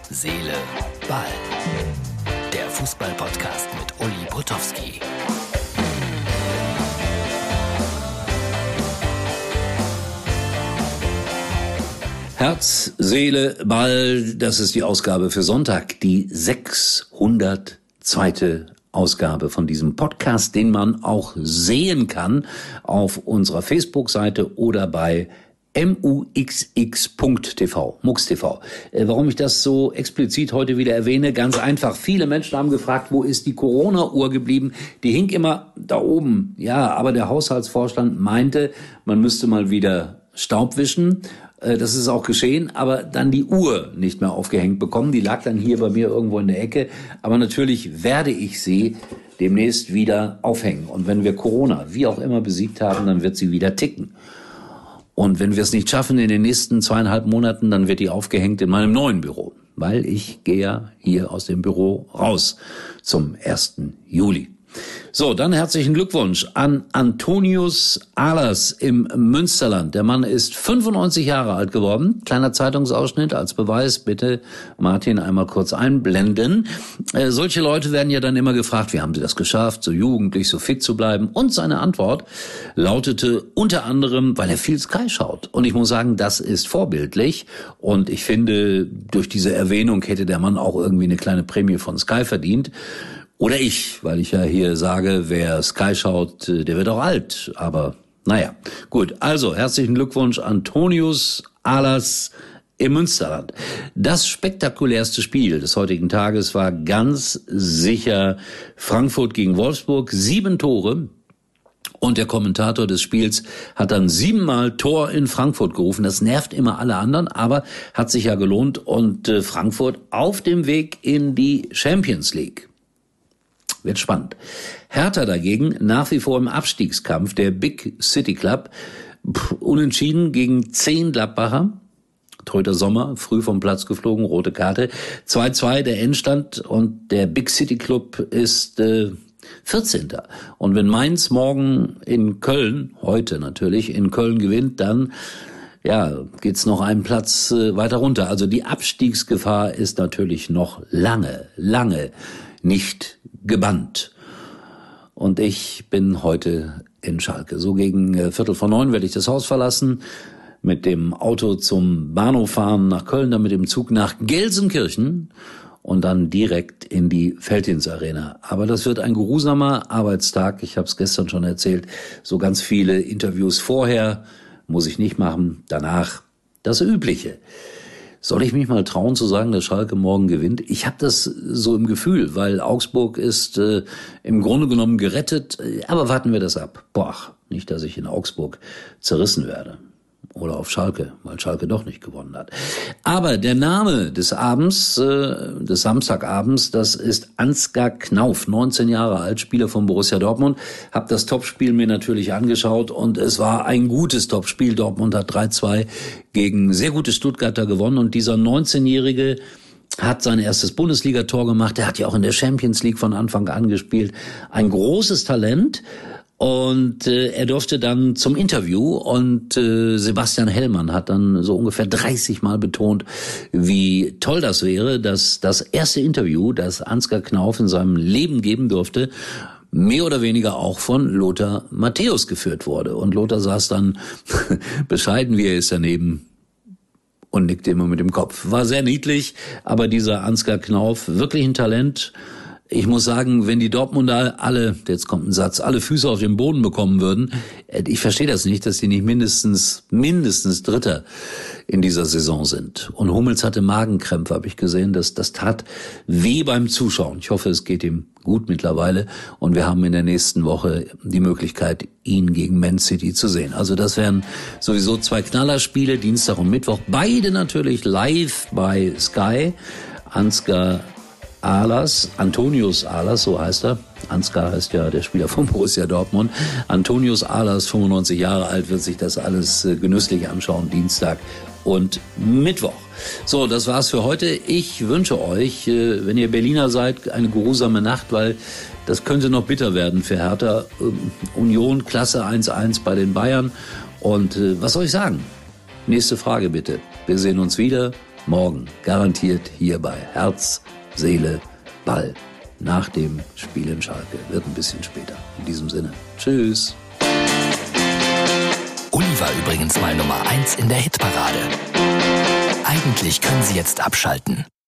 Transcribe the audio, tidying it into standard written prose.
Seele, Ball. Der Fußball-Podcast mit Uli Potowski. Herz, Seele, Ball, das ist die Ausgabe für Sonntag, die 602. Ausgabe von diesem Podcast, den man auch sehen kann auf unserer Facebook-Seite oder bei muxx.tv, MUX.tv. Warum ich das so explizit heute wieder erwähne? Ganz einfach. Viele Menschen haben gefragt, wo ist die Corona-Uhr geblieben? Die hing immer da oben. Ja, aber der Haushaltsvorstand meinte, man müsste mal wieder Staub wischen. Das ist auch geschehen, aber dann die Uhr nicht mehr aufgehängt bekommen. Die lag dann hier bei mir irgendwo in der Ecke. Aber natürlich werde ich sie demnächst wieder aufhängen. Und wenn wir Corona wie auch immer besiegt haben, dann wird sie wieder ticken. Und wenn wir es nicht schaffen in den nächsten 2,5 Monaten, dann wird die aufgehängt in meinem neuen Büro. Weil ich gehe ja hier aus dem Büro raus zum 1. Juli. So, dann herzlichen Glückwunsch an Antonius Ahlers im Münsterland. Der Mann ist 95 Jahre alt geworden. Kleiner Zeitungsausschnitt als Beweis. Bitte, Martin, einmal kurz einblenden. Solche Leute werden ja dann immer gefragt, wie haben sie das geschafft, so jugendlich, so fit zu bleiben? Und seine Antwort lautete unter anderem, weil er viel Sky schaut. Und ich muss sagen, das ist vorbildlich. Und ich finde, durch diese Erwähnung hätte der Mann auch irgendwie eine kleine Prämie von Sky verdient. Oder ich, weil ich ja hier sage, wer Sky schaut, der wird auch alt. Aber naja, gut. Also, herzlichen Glückwunsch, Antonius Ahlers im Münsterland. Das spektakulärste Spiel des heutigen Tages war ganz sicher Frankfurt gegen Wolfsburg. 7 Tore. Und der Kommentator des Spiels hat dann 7-mal Tor in Frankfurt gerufen. Das nervt immer alle anderen, aber hat sich ja gelohnt. Und Frankfurt auf dem Weg in die Champions League. Wird spannend. Hertha dagegen nach wie vor im Abstiegskampf, der Big City Club, unentschieden gegen 10 Gladbacher. Torhüter Sommer, früh vom Platz geflogen, rote Karte. 2-2 der Endstand und der Big City Club ist 14. Und wenn Mainz morgen in Köln, heute natürlich, in Köln gewinnt, dann geht's noch einen Platz weiter runter. Also die Abstiegsgefahr ist natürlich noch lange nicht gebannt. Und ich bin heute in Schalke. So gegen 8:45 werde ich das Haus verlassen, mit dem Auto zum Bahnhof fahren nach Köln, dann mit dem Zug nach Gelsenkirchen und dann direkt in die Veltins Arena. Aber das wird ein geruhsamer Arbeitstag. Ich habe es gestern schon erzählt. So ganz viele Interviews vorher muss ich nicht machen. Danach das Übliche. Soll ich mich mal trauen zu sagen, dass Schalke morgen gewinnt? Ich habe das so im Gefühl, weil Augsburg ist im Grunde genommen gerettet. Aber warten wir das ab. Nicht, dass ich in Augsburg zerrissen werde. Oder auf Schalke, weil Schalke doch nicht gewonnen hat. Aber der Name des Abends, des Samstagabends, das ist Ansgar Knauf, 19 Jahre alt, Spieler von Borussia Dortmund. Hab das Topspiel mir natürlich angeschaut und es war ein gutes Topspiel. Dortmund hat 3-2 gegen sehr gute Stuttgarter gewonnen und dieser 19-Jährige hat sein erstes Bundesligator gemacht. Er hat ja auch in der Champions League von Anfang an gespielt. Ein großes Talent. Und er durfte dann zum Interview und Sebastian Hellmann hat dann so ungefähr 30 Mal betont, wie toll das wäre, dass das erste Interview, das Ansgar Knauf in seinem Leben geben durfte, mehr oder weniger auch von Lothar Matthäus geführt wurde. Und Lothar saß dann bescheiden, wie er ist, daneben und nickte immer mit dem Kopf. War sehr niedlich, aber dieser Ansgar Knauf, wirklich ein Talent. Ich muss sagen, wenn die Dortmunder alle, jetzt kommt ein Satz, alle Füße auf den Boden bekommen würden, ich verstehe das nicht, dass die nicht mindestens Dritter in dieser Saison sind. Und Hummels hatte Magenkrämpfe, habe ich gesehen, das tat weh beim Zuschauen. Ich hoffe, es geht ihm gut mittlerweile und wir haben in der nächsten Woche die Möglichkeit, ihn gegen Man City zu sehen. Also das wären sowieso 2 Knallerspiele, Dienstag und Mittwoch, beide natürlich live bei Sky. Antonius Ahlers, so heißt er. Ansgar heißt ja der Spieler von Borussia Dortmund. Antonius Ahlers, 95 Jahre alt, wird sich das alles genüsslich anschauen, Dienstag und Mittwoch. So, das war's für heute. Ich wünsche euch, wenn ihr Berliner seid, eine geruhsame Nacht, weil das könnte noch bitter werden für Hertha. Union, Klasse 1-1 bei den Bayern. Und was soll ich sagen? Nächste Frage bitte. Wir sehen uns wieder. morgen garantiert hier bei Herz, Seele, Ball. Nach dem Spiel in Schalke. Wird ein bisschen später. In diesem Sinne. Tschüss. Uli war übrigens mal Nummer 1 in der Hitparade. Eigentlich können Sie jetzt abschalten.